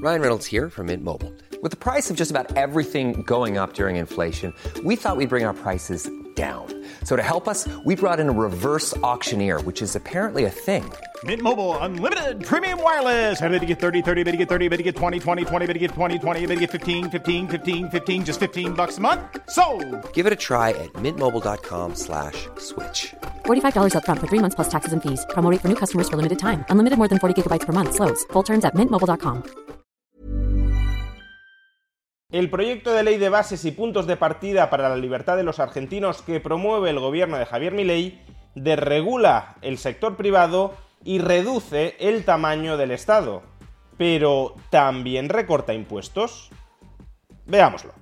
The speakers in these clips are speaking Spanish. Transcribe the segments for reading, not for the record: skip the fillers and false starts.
Ryan Reynolds here from Mint Mobile. With the price of just about everything going up during inflation, we thought we'd bring our prices down. So to help us, we brought in a reverse auctioneer, which is apparently a thing. Mint Mobile Unlimited Premium Wireless. How to get 30, 30, bit to get 30, bit to get 20, 20, 20, bit to get 20, 20, bit to get 15, 15, 15, 15, just $15 a month? Sold! Give it a try at mintmobile.com/switch. $45 up front for 3 months plus taxes and fees. Promo rate for new customers for limited time. Unlimited more than 40 gigabytes per month. Slows full terms at mintmobile.com. El proyecto de ley de bases y puntos de partida para la libertad de los argentinos que promueve el gobierno de Javier Milei desregula el sector privado y reduce el tamaño del Estado. ¿Pero también recorta impuestos? Veámoslo.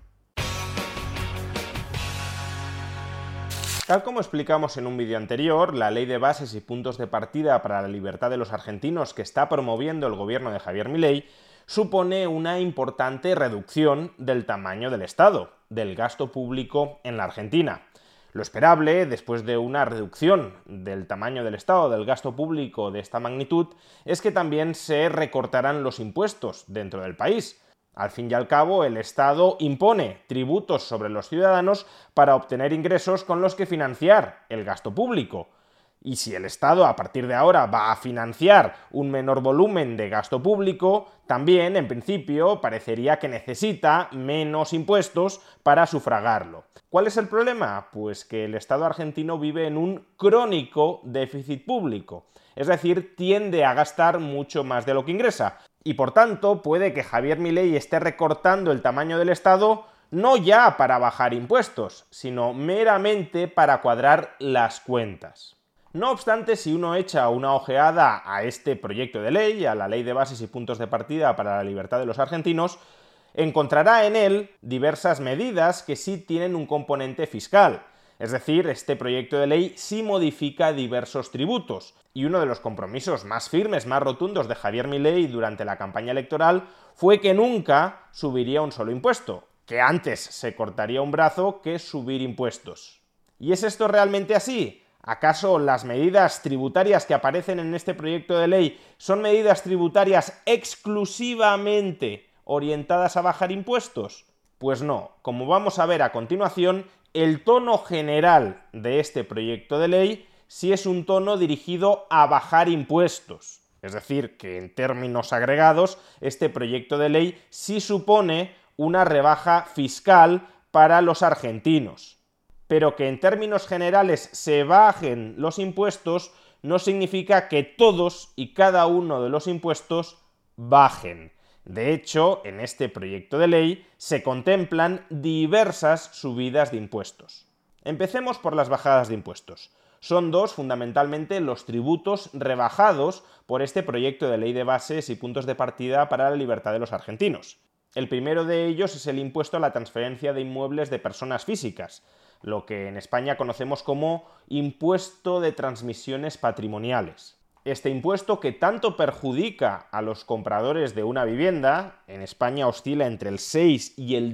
Tal como explicamos en un vídeo anterior, la ley de bases y puntos de partida para la libertad de los argentinos que está promoviendo el gobierno de Javier Milei supone una importante reducción del tamaño del Estado, del gasto público en la Argentina. Lo esperable, después de una reducción del tamaño del Estado, del gasto público de esta magnitud, es que también se recortarán los impuestos dentro del país. Al fin y al cabo, el Estado impone tributos sobre los ciudadanos para obtener ingresos con los que financiar el gasto público. Y si el Estado a partir de ahora va a financiar un menor volumen de gasto público, también, en principio, parecería que necesita menos impuestos para sufragarlo. ¿Cuál es el problema? Pues que el Estado argentino vive en un crónico déficit público, es decir, tiende a gastar mucho más de lo que ingresa, y por tanto puede que Javier Milei esté recortando el tamaño del Estado no ya para bajar impuestos, sino meramente para cuadrar las cuentas. No obstante, si uno echa una ojeada a este proyecto de ley, a la ley de bases y puntos de partida para la libertad de los argentinos, encontrará en él diversas medidas que sí tienen un componente fiscal. Es decir, este proyecto de ley sí modifica diversos tributos, y uno de los compromisos más firmes, más rotundos de Javier Milei durante la campaña electoral fue que nunca subiría un solo impuesto, que antes se cortaría un brazo que subir impuestos. ¿Y es esto realmente así? ¿Acaso las medidas tributarias que aparecen en este proyecto de ley son medidas tributarias exclusivamente orientadas a bajar impuestos? Pues no. Como vamos a ver a continuación, el tono general de este proyecto de ley sí es un tono dirigido a bajar impuestos. Es decir, que en términos agregados, este proyecto de ley sí supone una rebaja fiscal para los argentinos. Pero que en términos generales se bajen los impuestos no significa que todos y cada uno de los impuestos bajen. De hecho, en este proyecto de ley se contemplan diversas subidas de impuestos. Empecemos por las bajadas de impuestos. Son dos, fundamentalmente, los tributos rebajados por este proyecto de ley de bases y puntos de partida para la libertad de los argentinos. El primero de ellos es el impuesto a la transferencia de inmuebles de personas físicas, lo que en España conocemos como impuesto de transmisiones patrimoniales. Este impuesto, que tanto perjudica a los compradores de una vivienda, en España oscila entre el 6 y el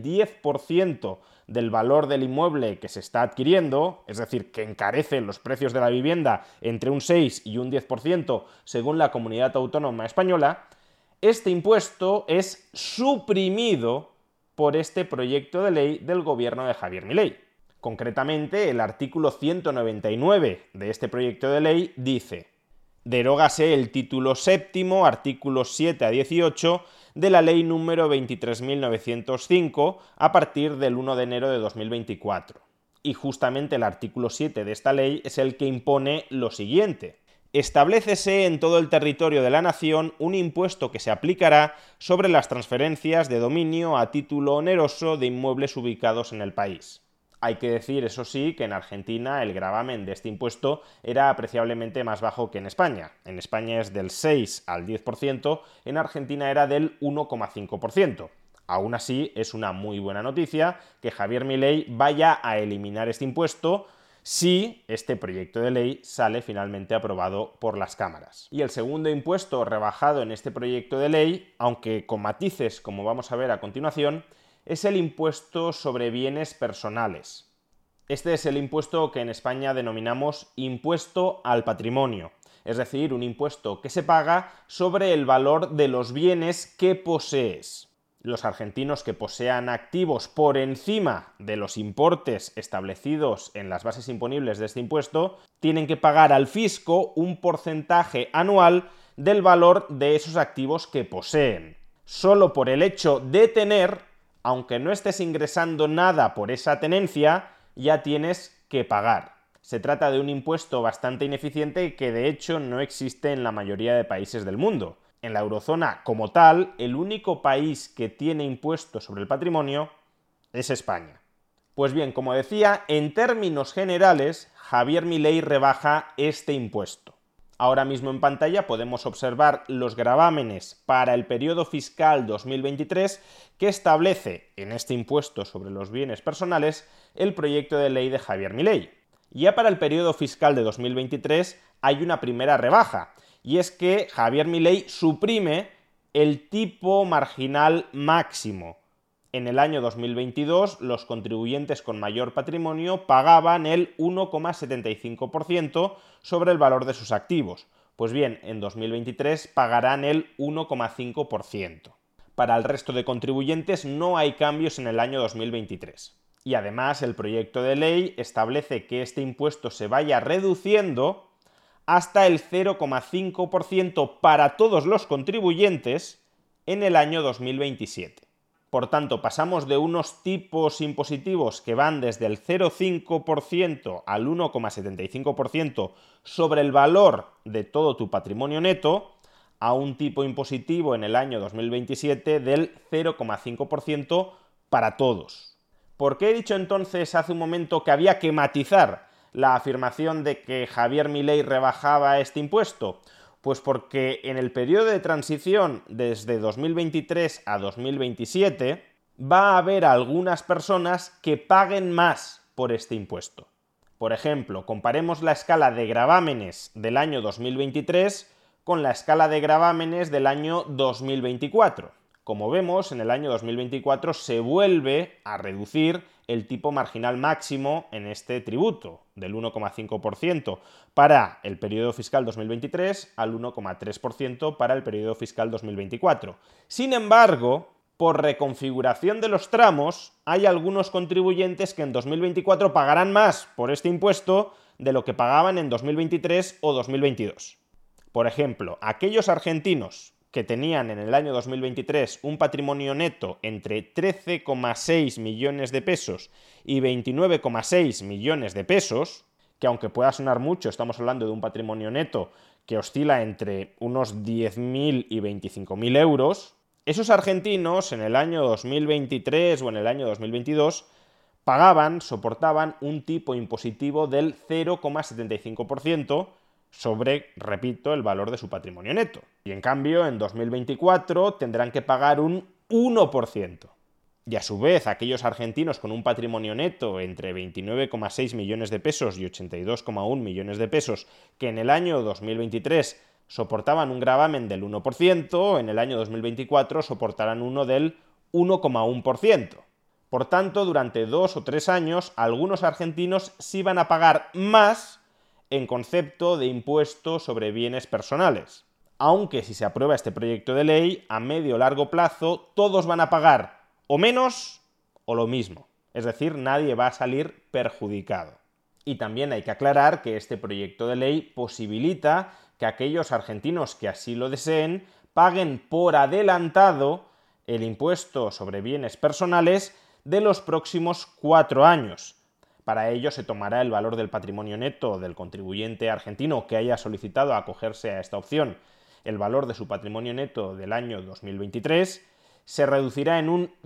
10% del valor del inmueble que se está adquiriendo, es decir, que encarece los precios de la vivienda entre un 6 y un 10% según la Comunidad Autónoma Española, este impuesto es suprimido por este proyecto de ley del gobierno de Javier Milei. Concretamente, el artículo 199 de este proyecto de ley dice: derógase el título séptimo, artículos 7 a 18 de la ley número 23.905 a partir del 1 de enero de 2024. Y justamente el artículo 7 de esta ley es el que impone lo siguiente: establécese en todo el territorio de la nación un impuesto que se aplicará sobre las transferencias de dominio a título oneroso de inmuebles ubicados en el país. Hay que decir, eso sí, que en Argentina el gravamen de este impuesto era apreciablemente más bajo que en España. En España es del 6 al 10%, en Argentina era del 1,5%. Aún así, es una muy buena noticia que Javier Milei vaya a eliminar este impuesto si este proyecto de ley sale finalmente aprobado por las cámaras. Y el segundo impuesto rebajado en este proyecto de ley, aunque con matices como vamos a ver a continuación, es el impuesto sobre bienes personales. Este es el impuesto que en España denominamos impuesto al patrimonio. es decir, un impuesto que se paga sobre el valor de los bienes que posees. Los argentinos que posean activos por encima de los importes establecidos en las bases imponibles de este impuesto tienen que pagar al fisco un porcentaje anual del valor de esos activos que poseen. Solo por el hecho de tener, aunque no estés ingresando nada por esa tenencia, ya tienes que pagar. Se trata de un impuesto bastante ineficiente que de hecho no existe en la mayoría de países del mundo. En la eurozona como tal, el único país que tiene impuesto sobre el patrimonio es España. Pues bien, como decía, en términos generales, Javier Milei rebaja este impuesto. Ahora mismo en pantalla podemos observar los gravámenes para el periodo fiscal 2023 que establece en este impuesto sobre los bienes personales el proyecto de ley de Javier Milei. Ya para el periodo fiscal de 2023 hay una primera rebaja, y es que Javier Milei suprime el tipo marginal máximo. En el año 2022, los contribuyentes con mayor patrimonio pagaban el 1,75% sobre el valor de sus activos. Pues bien, en 2023 pagarán el 1,5%. Para el resto de contribuyentes no hay cambios en el año 2023. Y además, el proyecto de ley establece que este impuesto se vaya reduciendo hasta el 0,5% para todos los contribuyentes en el año 2027. Por tanto, pasamos de unos tipos impositivos que van desde el 0,5% al 1,75% sobre el valor de todo tu patrimonio neto a un tipo impositivo en el año 2027 del 0,5% para todos. ¿Por qué he dicho entonces hace un momento que había que matizar la afirmación de que Javier Milei rebajaba este impuesto? Pues porque en el periodo de transición desde 2023 a 2027 va a haber algunas personas que paguen más por este impuesto. Por ejemplo, comparemos la escala de gravámenes del año 2023 con la escala de gravámenes del año 2024. Como vemos, en el año 2024 se vuelve a reducir el tipo marginal máximo en este tributo, del 1,5% para el periodo fiscal 2023 al 1,3% para el periodo fiscal 2024. Sin embargo, por reconfiguración de los tramos, hay algunos contribuyentes que en 2024 pagarán más por este impuesto de lo que pagaban en 2023 o 2022. Por ejemplo, aquellos argentinos que tenían en el año 2023 un patrimonio neto entre 13,6 millones de pesos y 29,6 millones de pesos, que aunque pueda sonar mucho, estamos hablando de un patrimonio neto que oscila entre unos 10.000 y 25.000 euros, esos argentinos en el año 2023 o en el año 2022 soportaban un tipo impositivo del 0,75%, sobre, repito, el valor de su patrimonio neto. Y en cambio, en 2024 tendrán que pagar un 1%. Y a su vez, aquellos argentinos con un patrimonio neto entre 29,6 millones de pesos y 82,1 millones de pesos, que en el año 2023 soportaban un gravamen del 1%, en el año 2024 soportarán uno del 1,1%. Por tanto, durante 2 o 3 años, algunos argentinos sí van a pagar más en concepto de impuesto sobre bienes personales. Aunque si se aprueba este proyecto de ley, a medio o largo plazo todos van a pagar o menos o lo mismo. Es decir, nadie va a salir perjudicado. Y también hay que aclarar que este proyecto de ley posibilita que aquellos argentinos que así lo deseen paguen por adelantado el impuesto sobre bienes personales de los próximos 4 años. Para ello se tomará el valor del patrimonio neto del contribuyente argentino que haya solicitado acogerse a esta opción, el valor de su patrimonio neto del año 2023, se reducirá en un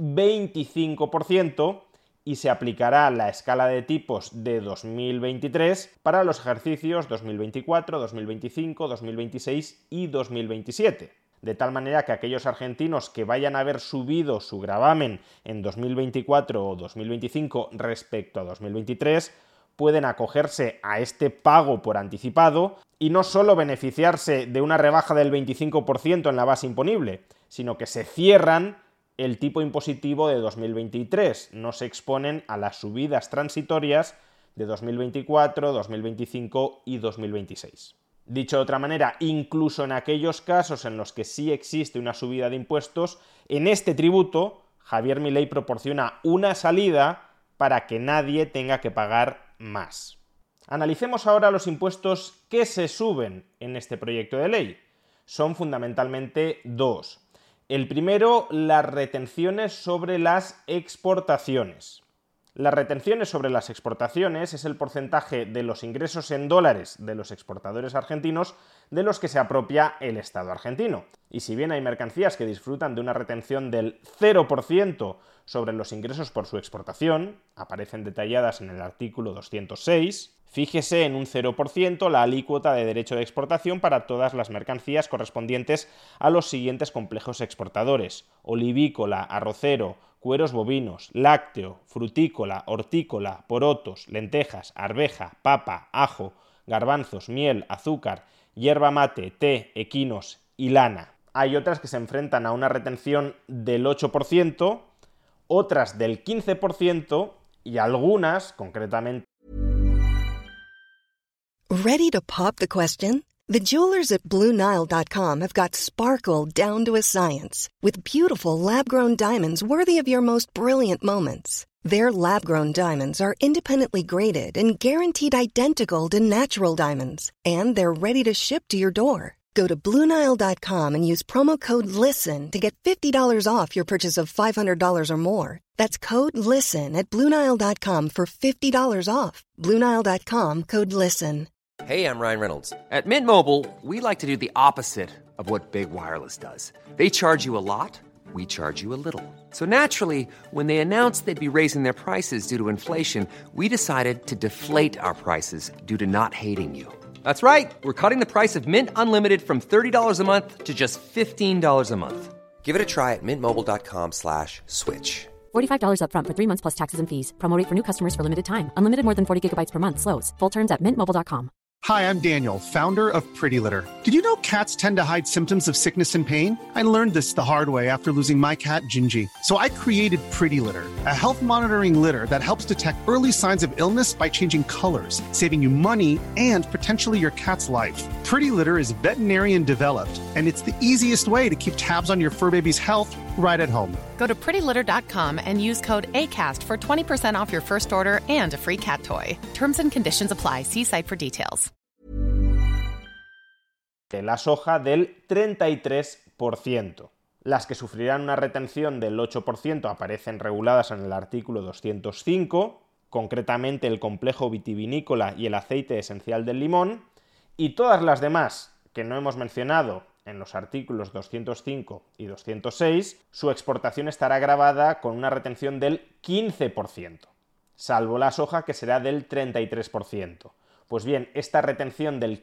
25% y se aplicará la escala de tipos de 2023 para los ejercicios 2024, 2025, 2026 y 2027. De tal manera que aquellos argentinos que vayan a haber subido su gravamen en 2024 o 2025 respecto a 2023 pueden acogerse a este pago por anticipado y no solo beneficiarse de una rebaja del 25% en la base imponible, sino que se cierran el tipo impositivo de 2023, no se exponen a las subidas transitorias de 2024, 2025 y 2026. Dicho de otra manera, incluso en aquellos casos en los que sí existe una subida de impuestos, en este tributo Javier Milei proporciona una salida para que nadie tenga que pagar más. Analicemos ahora los impuestos que se suben en este proyecto de ley. Son fundamentalmente dos. El primero, las retenciones sobre las exportaciones. Las retenciones sobre las exportaciones es el porcentaje de los ingresos en dólares de los exportadores argentinos de los que se apropia el Estado argentino. Y si bien hay mercancías que disfrutan de una retención del 0% sobre los ingresos por su exportación, aparecen detalladas en el artículo 206, fíjese en un 0% la alícuota de derecho de exportación para todas las mercancías correspondientes a los siguientes complejos exportadores: olivícola, arrocero, cueros bovinos, lácteo, frutícola, hortícola, porotos, lentejas, arveja, papa, ajo, garbanzos, miel, azúcar, yerba mate, té, equinos y lana. Hay otras que se enfrentan a una retención del 8%, otras del 15% y algunas, concretamente... Ready to pop the question? The jewelers at BlueNile.com have got sparkle down to a science with beautiful lab-grown diamonds worthy of your most brilliant moments. Their lab-grown diamonds are independently graded and guaranteed identical to natural diamonds, and they're ready to ship to your door. Go to BlueNile.com and use promo code LISTEN to get $50 off your purchase of $500 or more. That's code LISTEN at BlueNile.com for $50 off. BlueNile.com, code LISTEN. Hey, I'm Ryan Reynolds. At Mint Mobile, we like to do the opposite of what Big Wireless does. They charge you a lot, we charge you a little. So naturally, when they announced they'd be raising their prices due to inflation, we decided to deflate our prices due to not hating you. That's right. We're cutting the price of Mint Unlimited from $30 a month to just $15 a month. Give it a try at mintmobile.com/switch. $45 up front for 3 months plus taxes and fees. Promo rate for new customers for limited time. Unlimited more than 40 gigabytes per month. Slows full terms at mintmobile.com. Hi, I'm Daniel, founder of Pretty Litter. Did you know cats tend to hide symptoms of sickness and pain? I learned this the hard way after losing my cat, Gingy. So I created Pretty Litter, a health monitoring litter that helps detect early signs of illness by changing colors, saving you money and potentially your cat's life. Pretty Litter is veterinarian developed, and it's the easiest way to keep tabs on your fur baby's health right at home. Go to prettylitter.com and use code ACAST for 20% off your first order and a free cat toy. Terms and conditions apply. See site for details. La soja del 33%. Las que sufrirán una retención del 8% aparecen reguladas en el artículo 205, concretamente el complejo vitivinícola y el aceite esencial del limón, y todas las demás que no hemos mencionado en los artículos 205 y 206, su exportación estará gravada con una retención del 15%, salvo la soja, que será del 33%. Pues bien, esta retención del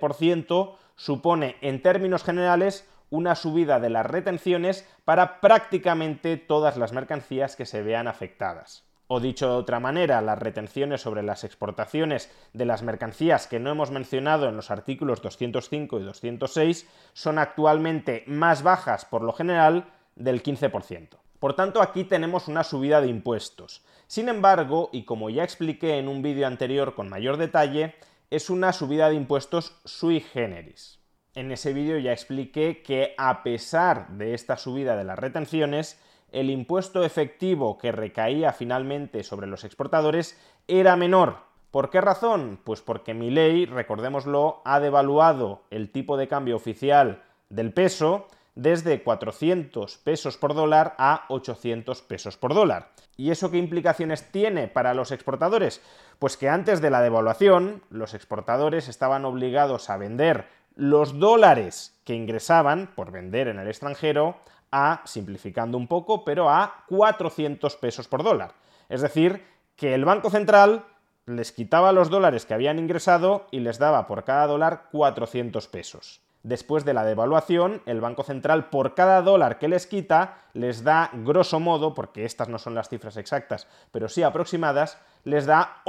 15% supone, en términos generales, una subida de las retenciones para prácticamente todas las mercancías que se vean afectadas. O dicho de otra manera, las retenciones sobre las exportaciones de las mercancías que no hemos mencionado en los artículos 205 y 206 son actualmente más bajas, por lo general, del 15%. Por tanto, aquí tenemos una subida de impuestos. Sin embargo, y como ya expliqué en un vídeo anterior con mayor detalle, es una subida de impuestos sui generis. En ese vídeo ya expliqué que, a pesar de esta subida de las retenciones, el impuesto efectivo que recaía finalmente sobre los exportadores era menor. ¿Por qué razón? Pues porque Milei, recordémoslo, ha devaluado el tipo de cambio oficial del peso desde 400 pesos por dólar a 800 pesos por dólar. ¿Y eso qué implicaciones tiene para los exportadores? Pues que antes de la devaluación, los exportadores estaban obligados a vender los dólares que ingresaban por vender en el extranjero a, simplificando un poco, pero a 400 pesos por dólar. Es decir, que el Banco Central les quitaba los dólares que habían ingresado y les daba por cada dólar 400 pesos. Después de la devaluación, el Banco Central, por cada dólar que les quita, les da, grosso modo, porque estas no son las cifras exactas, pero sí aproximadas, les da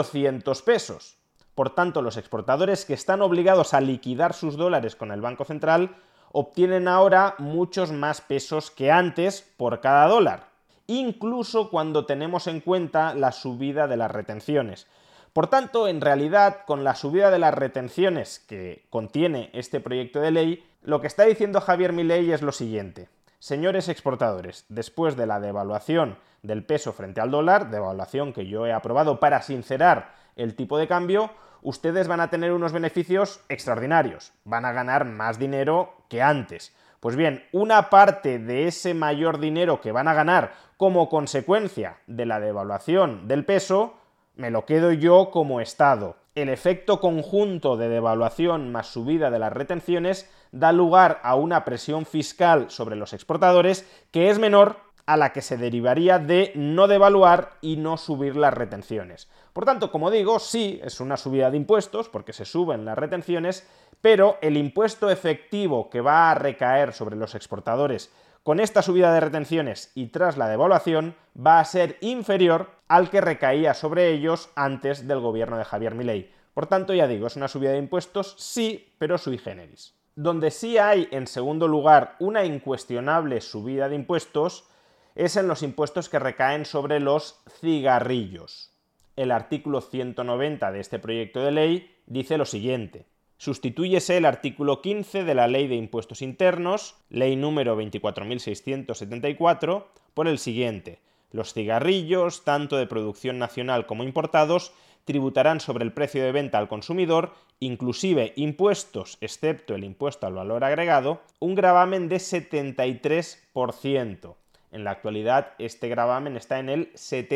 800 pesos. Por tanto, los exportadores que están obligados a liquidar sus dólares con el Banco Central obtienen ahora muchos más pesos que antes por cada dólar, incluso cuando tenemos en cuenta la subida de las retenciones. Por tanto, en realidad, con la subida de las retenciones que contiene este proyecto de ley, lo que está diciendo Javier Milei es lo siguiente. Señores exportadores, después de la devaluación del peso frente al dólar, devaluación que yo he aprobado para sincerar el tipo de cambio, ustedes van a tener unos beneficios extraordinarios, van a ganar más dinero que antes. Pues bien, una parte de ese mayor dinero que van a ganar como consecuencia de la devaluación del peso, me lo quedo yo como Estado. El efecto conjunto de devaluación más subida de las retenciones da lugar a una presión fiscal sobre los exportadores que es menor a la que se derivaría de no devaluar y no subir las retenciones. Por tanto, como digo, sí, es una subida de impuestos porque se suben las retenciones, pero el impuesto efectivo que va a recaer sobre los exportadores con esta subida de retenciones y tras la devaluación va a ser inferior al que recaía sobre ellos antes del gobierno de Javier Milei. Por tanto, ya digo, es una subida de impuestos, sí, pero sui generis. Donde sí hay, en segundo lugar, una incuestionable subida de impuestos es en los impuestos que recaen sobre los cigarrillos. El artículo 190 de este proyecto de ley dice lo siguiente. Sustitúyese el artículo 15 de la Ley de Impuestos Internos, ley número 24.674, por el siguiente. Los cigarrillos, tanto de producción nacional como importados, tributarán sobre el precio de venta al consumidor, inclusive impuestos, excepto el impuesto al valor agregado, un gravamen de 73%. En la actualidad, este gravamen está en el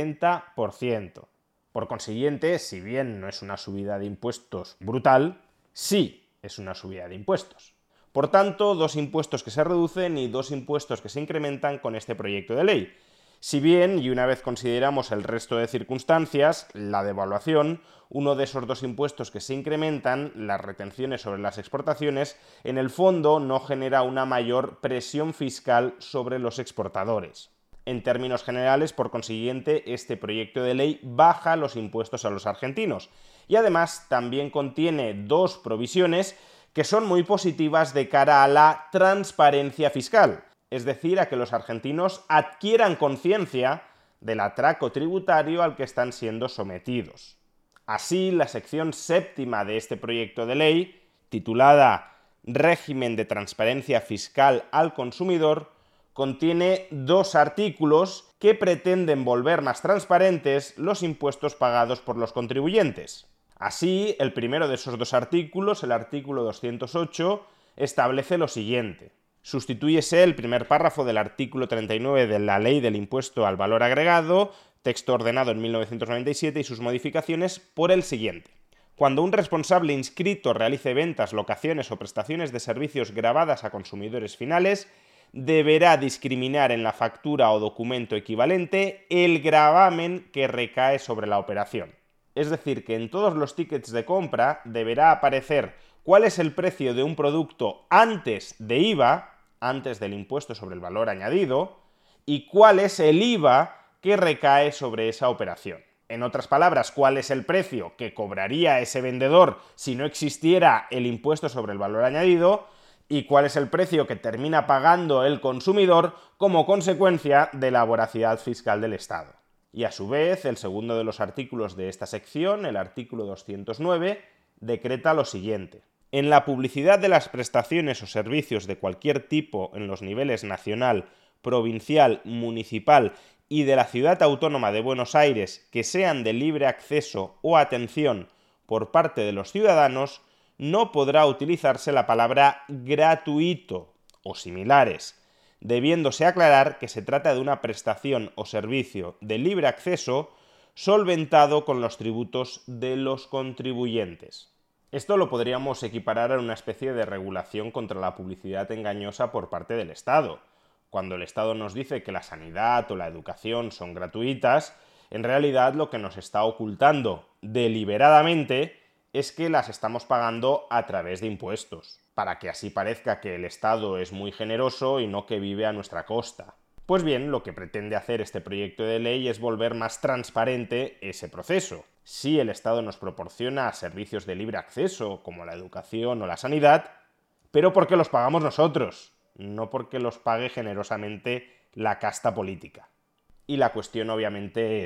70%. Por consiguiente, si bien no es una subida de impuestos brutal, sí es una subida de impuestos. Por tanto, dos impuestos que se reducen y dos impuestos que se incrementan con este proyecto de ley. Si bien, y una vez consideramos el resto de circunstancias, la devaluación, uno de esos dos impuestos que se incrementan, las retenciones sobre las exportaciones, en el fondo no genera una mayor presión fiscal sobre los exportadores. En términos generales, por consiguiente, este proyecto de ley baja los impuestos a los argentinos y además también contiene dos provisiones que son muy positivas de cara a la transparencia fiscal, es decir, a que los argentinos adquieran conciencia del atraco tributario al que están siendo sometidos. Así, la sección séptima de este proyecto de ley, titulada Régimen de transparencia fiscal al consumidor, contiene dos artículos que pretenden volver más transparentes los impuestos pagados por los contribuyentes. Así, el primero de esos dos artículos, el artículo 208, establece lo siguiente. Sustitúyese el primer párrafo del artículo 39 de la Ley del Impuesto al Valor Agregado, texto ordenado en 1997 y sus modificaciones, por el siguiente. Cuando un responsable inscrito realice ventas, locaciones o prestaciones de servicios gravadas a consumidores finales, deberá discriminar en la factura o documento equivalente el gravamen que recae sobre la operación. Es decir, que en todos los tickets de compra deberá aparecer cuál es el precio de un producto antes de IVA, antes del impuesto sobre el valor añadido, y cuál es el IVA que recae sobre esa operación. En otras palabras, cuál es el precio que cobraría ese vendedor si no existiera el impuesto sobre el valor añadido y cuál es el precio que termina pagando el consumidor como consecuencia de la voracidad fiscal del Estado. Y a su vez, el segundo de los artículos de esta sección, el artículo 209, decreta lo siguiente. En la publicidad de las prestaciones o servicios de cualquier tipo en los niveles nacional, provincial, municipal y de la Ciudad Autónoma de Buenos Aires que sean de libre acceso o atención por parte de los ciudadanos, no podrá utilizarse la palabra gratuito o similares, debiéndose aclarar que se trata de una prestación o servicio de libre acceso solventado con los tributos de los contribuyentes. Esto lo podríamos equiparar a una especie de regulación contra la publicidad engañosa por parte del Estado. Cuando el Estado nos dice que la sanidad o la educación son gratuitas, en realidad lo que nos está ocultando deliberadamente es que las estamos pagando a través de impuestos, para que así parezca que el Estado es muy generoso y no que vive a nuestra costa. Pues bien, lo que pretende hacer este proyecto de ley es volver más transparente ese proceso. Si el Estado nos proporciona servicios de libre acceso, como la educación o la sanidad, pero porque los pagamos nosotros, no porque los pague generosamente la casta política. Y la cuestión obviamente es,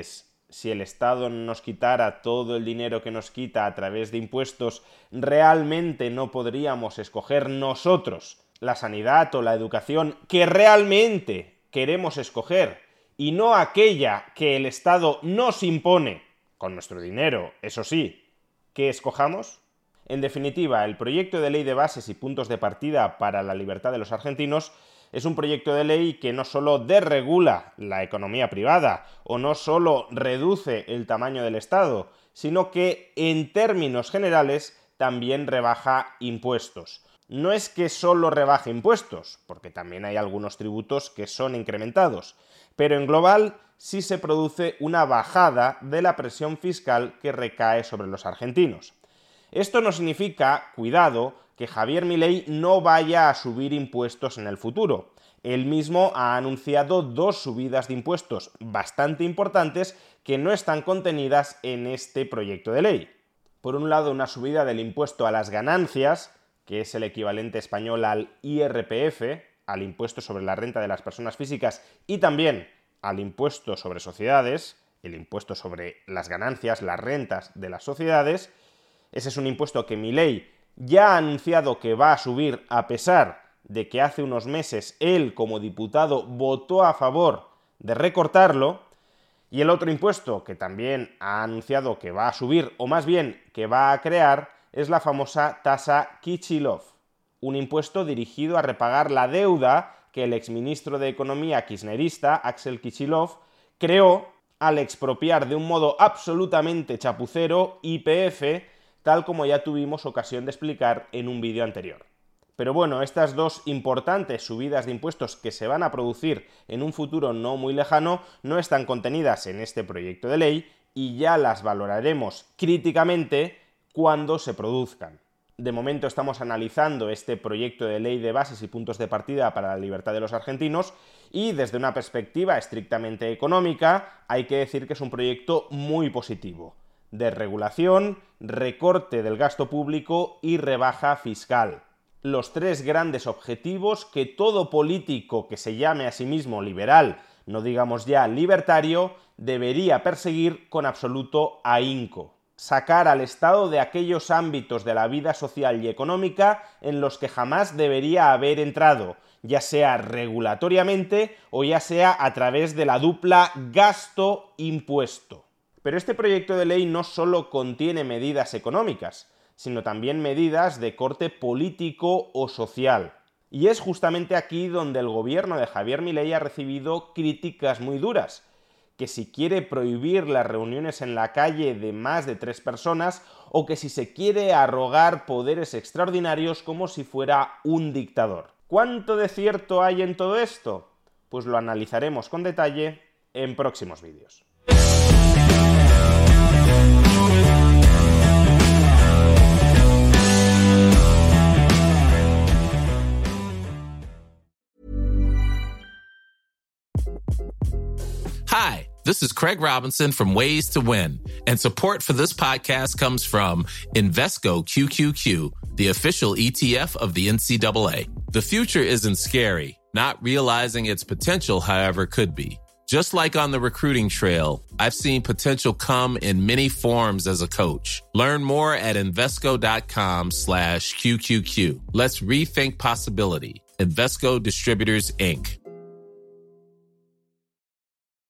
Si el Estado nos quitara todo el dinero que nos quita a través de impuestos, realmente no podríamos escoger nosotros la sanidad o la educación que realmente queremos escoger y no aquella que el Estado nos impone, con nuestro dinero, eso sí, que escojamos. En definitiva, el proyecto de ley de bases y puntos de partida para la libertad de los argentinos es un proyecto de ley que no solo desregula la economía privada o no solo reduce el tamaño del Estado, sino que en términos generales también rebaja impuestos. No es que solo rebaje impuestos, porque también hay algunos tributos que son incrementados, pero en global sí se produce una bajada de la presión fiscal que recae sobre los argentinos. Esto no significa, cuidado, que Javier Milei no vaya a subir impuestos en el futuro. Él mismo ha anunciado 2 subidas de impuestos bastante importantes que no están contenidas en este proyecto de ley. Por un lado, una subida del impuesto a las ganancias, que es el equivalente español al IRPF, al impuesto sobre la renta de las personas físicas, y también al impuesto sobre sociedades, el impuesto sobre las ganancias, las rentas de las sociedades. Ese es un impuesto que Milei ya ha anunciado que va a subir a pesar de que hace unos meses él como diputado votó a favor de recortarlo. Y el otro impuesto que también ha anunciado que va a subir, o más bien que va a crear, es la famosa tasa Kicillof, un impuesto dirigido a repagar la deuda que el exministro de Economía kirchnerista, Axel Kicillof, creó al expropiar de un modo absolutamente chapucero YPF, tal como ya tuvimos ocasión de explicar en un vídeo anterior. Pero bueno, estas 2 importantes subidas de impuestos que se van a producir en un futuro no muy lejano no están contenidas en este proyecto de ley y ya las valoraremos críticamente cuando se produzcan. De momento estamos analizando este proyecto de ley de bases y puntos de partida para la libertad de los argentinos y desde una perspectiva estrictamente económica hay que decir que es un proyecto muy positivo. Desregulación, recorte del gasto público y rebaja fiscal. Los 3 grandes objetivos que todo político que se llame a sí mismo liberal, no digamos ya libertario, debería perseguir con absoluto ahínco. Sacar al Estado de aquellos ámbitos de la vida social y económica en los que jamás debería haber entrado, ya sea regulatoriamente o ya sea a través de la dupla gasto-impuesto. Pero este proyecto de ley no solo contiene medidas económicas, sino también medidas de corte político o social. Y es justamente aquí donde el gobierno de Javier Milei ha recibido críticas muy duras, que si quiere prohibir las reuniones en la calle de más de 3 personas o que si se quiere arrogar poderes extraordinarios como si fuera un dictador. ¿Cuánto de cierto hay en todo esto? Pues lo analizaremos con detalle en próximos vídeos. Hi, this is Craig Robinson from Ways to Win, and support for this podcast comes from Invesco QQQ, the official ETF of the NCAA. The future isn't scary. Not realizing its potential, however, could be. Just like on the recruiting trail, I've seen potential come in many forms as a coach. Learn more at Invesco.com/QQQ. Let's rethink possibility. Invesco Distributors, Inc.